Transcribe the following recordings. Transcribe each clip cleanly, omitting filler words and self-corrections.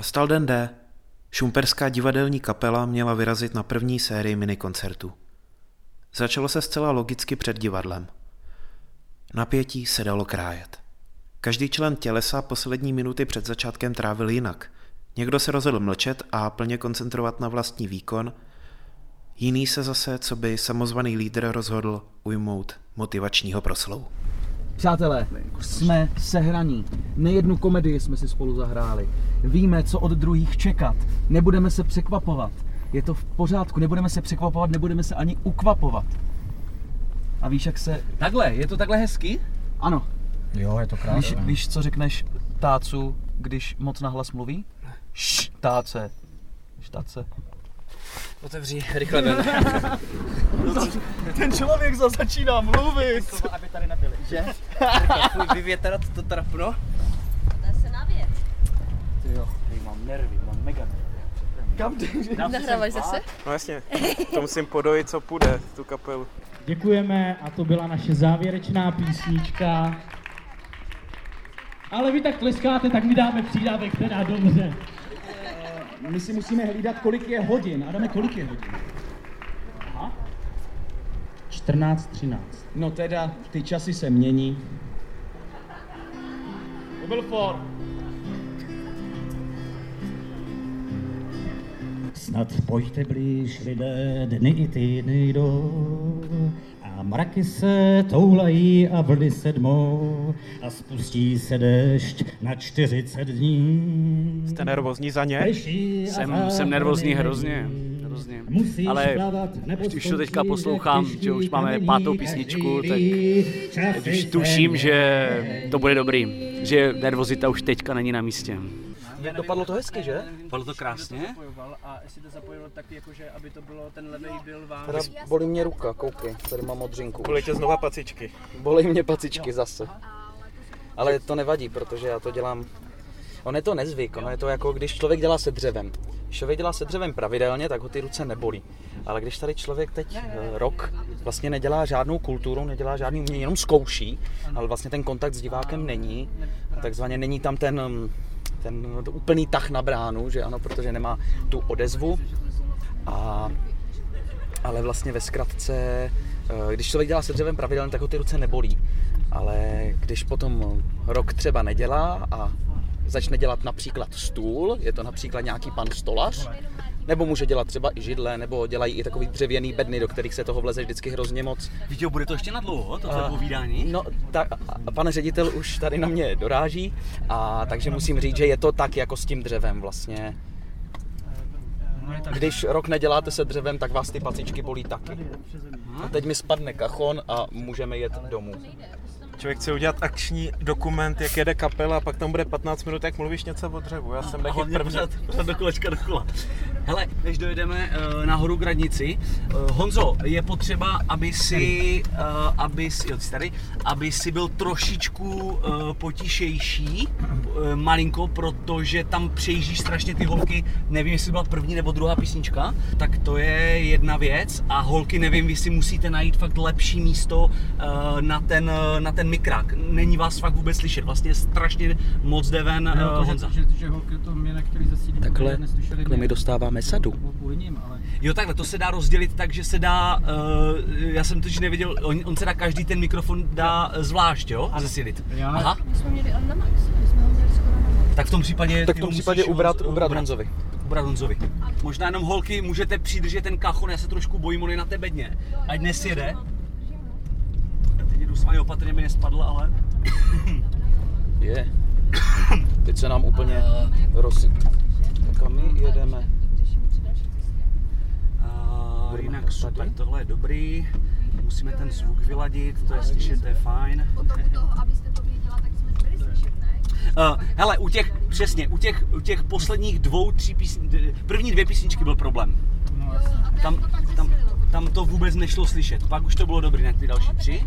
Nastal den D. Šumperská divadelní kapela měla vyrazit na první sérii minikoncertů. Začalo se zcela logicky před divadlem. Napětí se dalo krájet. Každý člen tělesa poslední minuty před začátkem trávil jinak. Někdo se rozhodl mlčet a plně koncentrovat na vlastní výkon, jiný se zase, co by samozvaný lídr, rozhodl ujmout motivačního proslovu. Přátelé, jsme sehraní. Nejednu komedii jsme si spolu zahráli. Víme, co od druhých čekat. Nebudeme se překvapovat. Je to v pořádku, nebudeme se překvapovat, nebudeme se ani ukvapovat. A víš, jak se... Takhle, je to takhle hezky? Ano. Jo, je to krásné. Víš, co řekneš tácu, když moc nahlas mluví? Táce. Táce. Otevří, rychle ven. Ten člověk začíná mluvit. Aby tady nebyli, že? Fuj, vyvětrat to trapno. Dá se na věc. Ty jo, Mám nervy, mám mega nervy. kam jdeš? Nahráváš zase? No jasně, to musím podojit, co půjde, tu kapelu. Děkujeme a to byla naše závěrečná písnička. Ale vy tak tleskáte, tak my dáme přídavek, teda dobře. My si musíme hlídat, kolik je hodin. Adame, kolik je hodin? Aha. 14:13. No teda, ty časy se mění. To byl for. Snad pojďte blíž lidé, dny i týdny jdou a mraky se toulají a vlny se dmou a spustí se déšť na 40 dní. Jste nervózní za ně? Jsem nervózní hrozně. Ale když to teďka poslouchám, že už máme 5. písničku, tak už tuším, že to bude dobrý. Že nervozita už teďka není na místě. Dopadlo to hezky, že? Dopadlo to krásně. A jestli to zapojilo tak jakože, aby to bylo, ten levej byl vám. Teda bolí mě ruka, koukej, tady mám modřinku. Bolí tě znova pacičky. Bolí mě pacičky zase. Ale to nevadí, protože já to dělám, on je to nezvyk, ono je to jako když člověk dělá se dřevem. Když člověk dělá se dřevem pravidelně, tak ho ty ruce nebolí. Ale když tady člověk teď rok vlastně nedělá žádnou kulturu, nedělá žádný umění, jenom zkouší, ale vlastně ten kontakt s divákem není, takzvaně není tam ten úplný tah na bránu, že ano, protože nemá tu odezvu. Ale vlastně ve zkratce, když člověk dělá se dřevem pravidelně, tak ho ty ruce nebolí. Ale když potom rok třeba nedělá a začne dělat například stůl, je to například nějaký pan stolař, nebo může dělat třeba i židle, nebo dělají i takový dřevěný bedny, do kterých se toho vleze vždycky hrozně moc. Víte, bude to ještě na dlouho, toto povídání? No, pan ředitel už tady na mě doráží, takže musím říct, že je to tak jako s tím dřevem vlastně. Když rok neděláte se dřevem, tak vás ty pacičky bolí taky. A teď mi spadne kachon a můžeme jet domů. Člověk chce udělat akční dokument, jak jede kapela, a pak tam bude 15 minut, jak mluvíš něco o dřevu. Já jsem taky první. Pořád do kolečka dokola. Hele, než dojedeme nahoru k radnici, Honzo, je potřeba, aby si byl trošičku potišejší, malinko, protože tam přejíždíš strašně ty holky, nevím, jestli byla první nebo druhá písnička, tak to je jedna věc a holky, nevím, jestli musíte najít fakt lepší místo na ten mikrák. Není vás fakt vůbec slyšet, vlastně strašně moc jde ven Honza. Že holky to mě nechtěli zasídit. Takhle my dostáváme sadu. Jo, takhle, to se dá rozdělit tak, že se dá, já jsem to nevěděl, on se dá každý ten mikrofon dá zvlášť, jo, zasílit. Aha. My jsme měli na max, my jsme ho měli skoro na max. Tak v tom případě ubrat Honzovi. Ubrat Honzovi. Možná jenom holky můžete přidržet ten kachon, já se trošku bojím, on je na té bedně, ať nesjede. Teď jdu s vámi opatrně, by nespadl, ale... Je. Teď se nám úplně Kam my jedeme? Jinak super, tohle je dobrý. Musíme ten zvuk vyladit, to je slyšet, to je fajn. Abyste to věděla, tak jsme byli slyšet, ne? Hele, u těch posledních 2-3 písničky, první 2 písničky byl problém. Tam to vůbec nešlo slyšet, pak už to bylo dobrý, na ty další 3.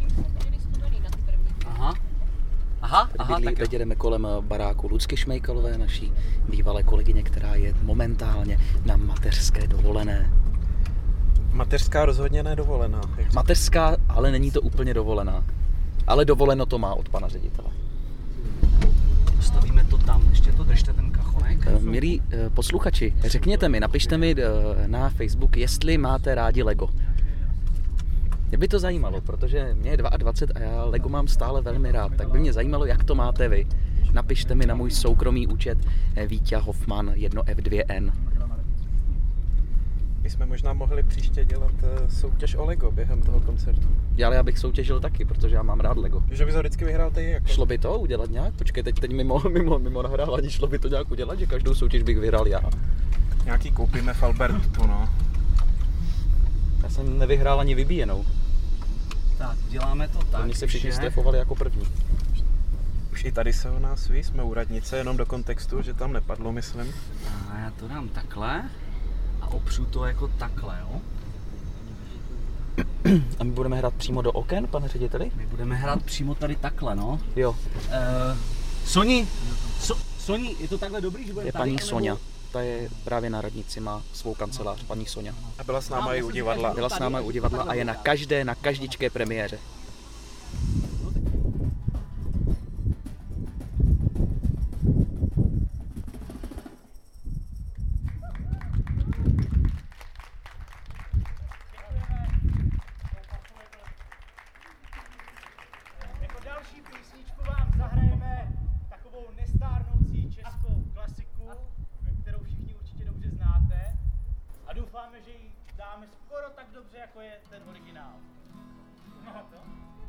Aha, teď jedeme kolem baráku Lucky Šmejkalové, naší bývalé kolegyně, která je momentálně na mateřské dovolené. Mateřská rozhodně nedovolená. Mateřská, ale není to úplně dovolená. Ale dovoleno to má od pana ředitele. Postavíme to tam, ještě to držte ten kachon. záchonek. Milí posluchači, řekněte mi, napište mi na Facebook, jestli máte rádi Lego. Mě by to zajímalo, protože mě je 22 a já Lego mám stále velmi rád, tak by mě zajímalo, jak to máte vy. Napište mi na můj soukromý účet Víťa Hoffman 1F2N. My jsme možná mohli příště dělat soutěž o Lego během toho koncertu. Ale já bych soutěžil taky, protože já mám rád Lego. Že bys ho vždycky vyhrál ty jako? Šlo by to udělat nějak? Počkej, teď mimo nahrávání, šlo by to nějak udělat, že každou soutěž bych vyhrál já. Nějaký koupíme v Albertu, no. Já jsem nevyhrál ani vybíjenou. Tak, děláme to tak, Oni se všichni že- strefovali jako první. Už i tady se o nás ví, jsme u radnice, jenom do kontextu, že tam nepadlo, myslím. A já to dám takhle a opřu to jako takhle, jo. A my budeme hrát přímo do oken, pane řediteli? My budeme hrát přímo tady takhle, no. Jo. Soni, Soni, je to takhle dobrý, že budeme Je tady? paní anebo- Soňa. Ta je právě na radnici, má svou kancelář, paní Soňa. A byla s náma i u divadla. Byla s náma u divadla a je na každičké premiéře. Jako další písničku vám zahrajeme takovou nestárnoucí českou klasiku, kterou všichni určitě dobře znáte. A doufáme, že ji dáme skoro tak dobře, jako je ten originál. Znáte to?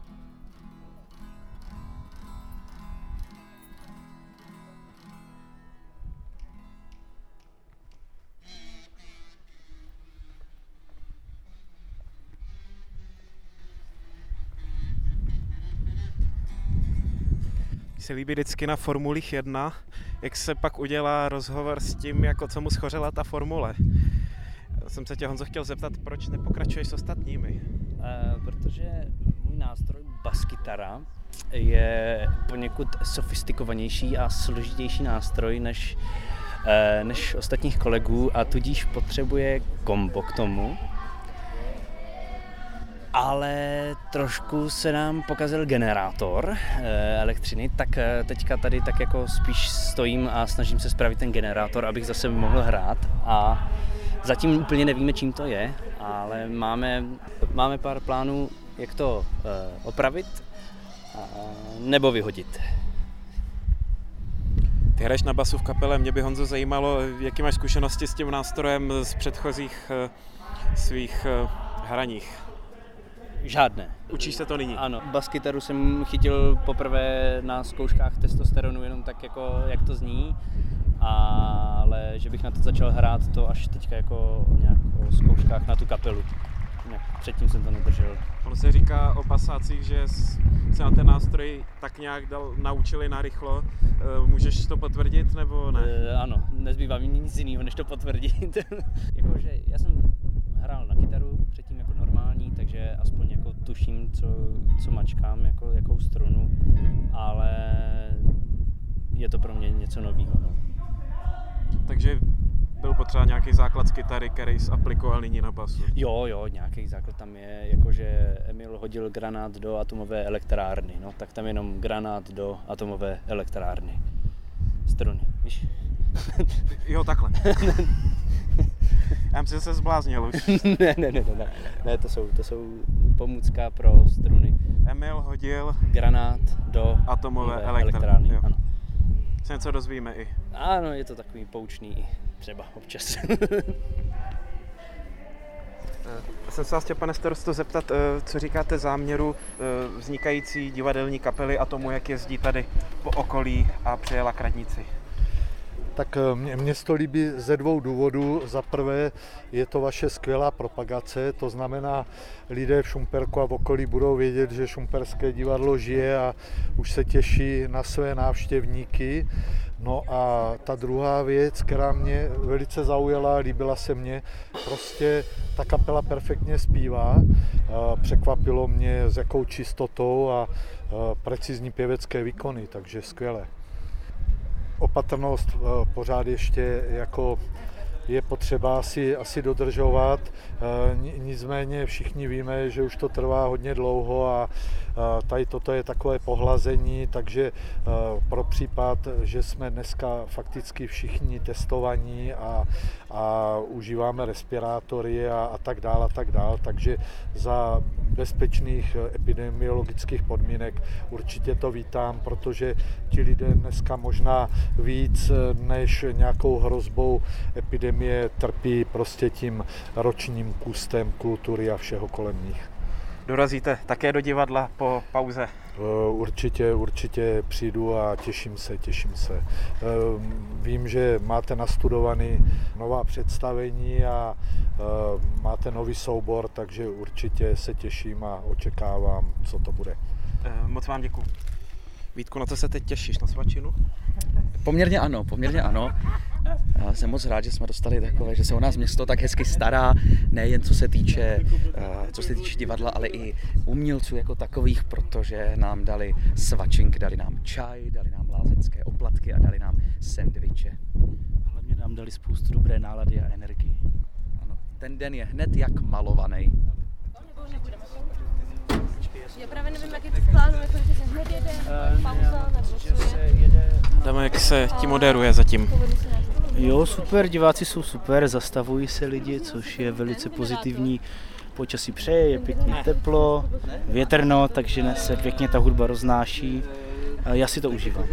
Se líbí vždycky na Formulích 1, jak se pak udělá rozhovor s tím, jako co mu schořela ta formule. Já jsem se tě, Honzo, chtěl zeptat, proč nepokračuješ s ostatními? Protože můj nástroj baskytara je poněkud sofistikovanější a složitější nástroj než ostatních kolegů a tudíž potřebuje kombo k tomu. Ale trošku se nám pokazil generátor elektřiny, tak teďka tady tak jako spíš stojím a snažím se spravit ten generátor, abych zase mohl hrát a zatím úplně nevíme, čím to je, ale máme pár plánů, jak to opravit nebo vyhodit. Ty hraješ na basu v kapele, mě by, Honzo, zajímalo, jaký máš zkušenosti s tím nástrojem z předchozích svých hraních. Žádné. Učíš se to nyní? Ano, baskytaru jsem chytil poprvé na zkouškách testosteronu, jenom tak jako, jak to zní, ale že bych na to začal hrát, to až teďka jako nějak o zkouškách na tu kapelu. Předtím jsem to nedržel. On se říká o basácích, že se na ten nástroj tak nějak naučili narychlo. Můžeš to potvrdit, nebo ne? Ano, nezbývá mi nic jiného, než to potvrdit. Jakože já jsem hrál na kytaru předtím jako normální, takže aspoň jako tuším, co mačkám, jako, jakou strunu, ale je to pro mě něco nového. No. Takže byl potřeba nějaký základ z kytary, který jsi aplikoval nyní na basu. Jo, nějaký základ tam je, jakože Emil hodil granát do atomové elektrárny, no tak tam jenom granát do atomové elektrárny. Struny, víš? Jo, takhle. Já myslím, že se zbláznil už. ne, to jsou pomůcka pro struny. Emil hodil Granát do atomové elektrárny. Jo. Ano. Se něco dozvíme i. Ano, je to takový poučný i třeba občas. Já jsem se vás chtěl, pane starosto, zeptat, co říkáte záměru vznikající divadelní kapely a tomu, jak jezdí tady po okolí a přijela k radnici. Tak mně se to líbí ze dvou důvodů. Za prvé je to vaše skvělá propagace, to znamená, lidé v Šumperku a v okolí budou vědět, že Šumperské divadlo žije a už se těší na své návštěvníky. No a ta druhá věc, která mě velice zaujala, líbila se mně, prostě ta kapela perfektně zpívá, překvapilo mě, s jakou čistotou a precizní pěvecké výkony, takže skvělé. Opatrnost pořád ještě jako je potřeba asi dodržovat. Nicméně všichni víme, že už to trvá hodně dlouho a tady toto je takové pohlazení, takže pro případ, že jsme dneska fakticky všichni testovaní a užíváme respirátory a tak dále, takže za bezpečných epidemiologických podmínek určitě to vítám, protože ti lidé dneska možná víc než nějakou hrozbou epidemie trpí prostě tím ročním kustem kultury a všeho kolem nich. Dorazíte také do divadla po pauze? Určitě přijdu a těším se. Vím, že máte nastudovaný nová představení a máte nový soubor, takže určitě se těším a očekávám, co to bude. Moc vám děkuju. Vítku, na co se teď těšíš? Na svačinu? Poměrně ano. Já jsem moc rád, že jsme dostali takové, že se o nás město tak hezky stará, nejen co se týče divadla, ale i umělců jako takových, protože nám dali svačink, dali nám čaj, dali nám lázeňské oplatky a dali nám sendviče. Hlavně nám dali spoustu dobré nálady a energii. Ano, ten den je hned jak malovaný. Já právě nevím, jak je to v plánu, jako že se hned jede, pauza, nebo co je. Dáme, jak se ti moderuje zatím. Jo, super, diváci jsou super, zastavují se lidi, což je velice pozitivní. Počasí přeje, je pěkně teplo, větrno, takže se pěkně ta hudba roznáší. Já si to užívám.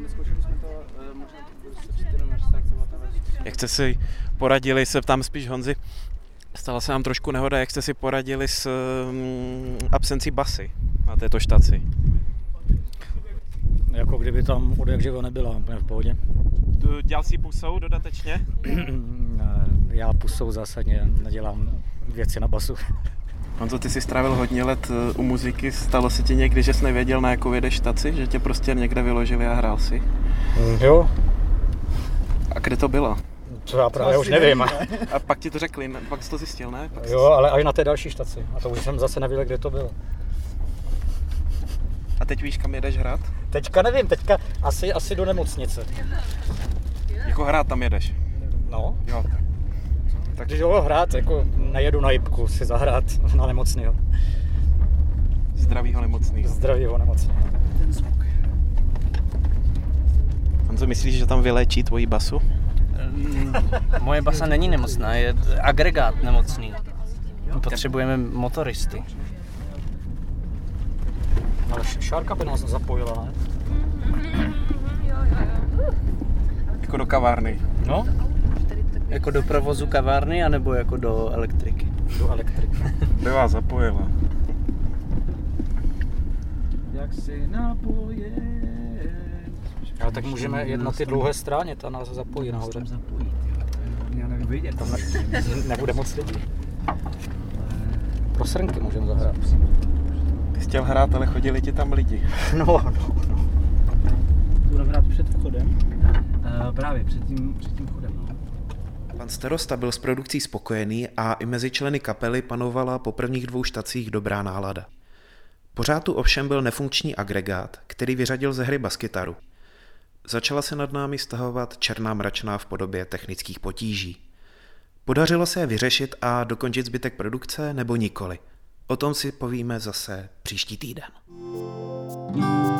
Jak jste si poradili, se ptám spíš Honzi, stala se nám trošku nehoda, jak jste si poradili s absencí basy na této štaci? Jako kdyby tam od jak živo nebyla, úplně v pohodě. Dělal jsi pusou dodatečně? Já pusou zásadně nedělám věci na basu. Honzo, ty jsi strávil hodně let u muziky, stalo se ti někdy, že jsi nevěděl, na jakou jedeš štaci, že tě prostě někde vyložili a hrál si? Jo. A kde to bylo? To já právě už nevím. A pak ti to řekli, pak jsi to zjistil, ne? Pak jo, ale i na té další štaci. A to už jsem zase nevěděl, kde to bylo. A teď víš, kam jedeš hrát? Teďka nevím, asi do nemocnice. Jako hrát tam jedeš? No. Jo. Tak když jo, hrát, jako nejedu na jipku si zahrát na nemocnýho. Zdravýho nemocnýho. Ten zvuk. Honzo, myslíš, že tam vyléčí tvoji basu? Moje basa není nemocná, je agregát nemocný. Potřebujeme motoristy. Ale Šárka by nás zapojila, ne? Jako do kavárny. No. Jako do provozu kavárny, anebo jako do elektriky? Do elektriky. By vás zapojila. Jak si napoje. Ale tak můžeme jet na ty dlouhé stráně, ta nás zapojí nahoře. Já nevím, vidět. Tam nebude moc lidí. Pro srnky můžeme zahrát. Ty jsi chtěl hrát, ale chodili ti tam lidi. No. Budeme hrát před vchodem? Právě před tím vchodem. No. Pan starosta byl s produkcí spokojený a i mezi členy kapely panovala po prvních 2 štacích dobrá nálada. Pořád tu ovšem byl nefunkční agregát, který vyřadil ze hry baskytaru. Začala se nad námi stahovat černá mračna v podobě technických potíží. Podařilo se je vyřešit a dokončit zbytek produkce nebo nikoli? O tom si povíme zase příští týden.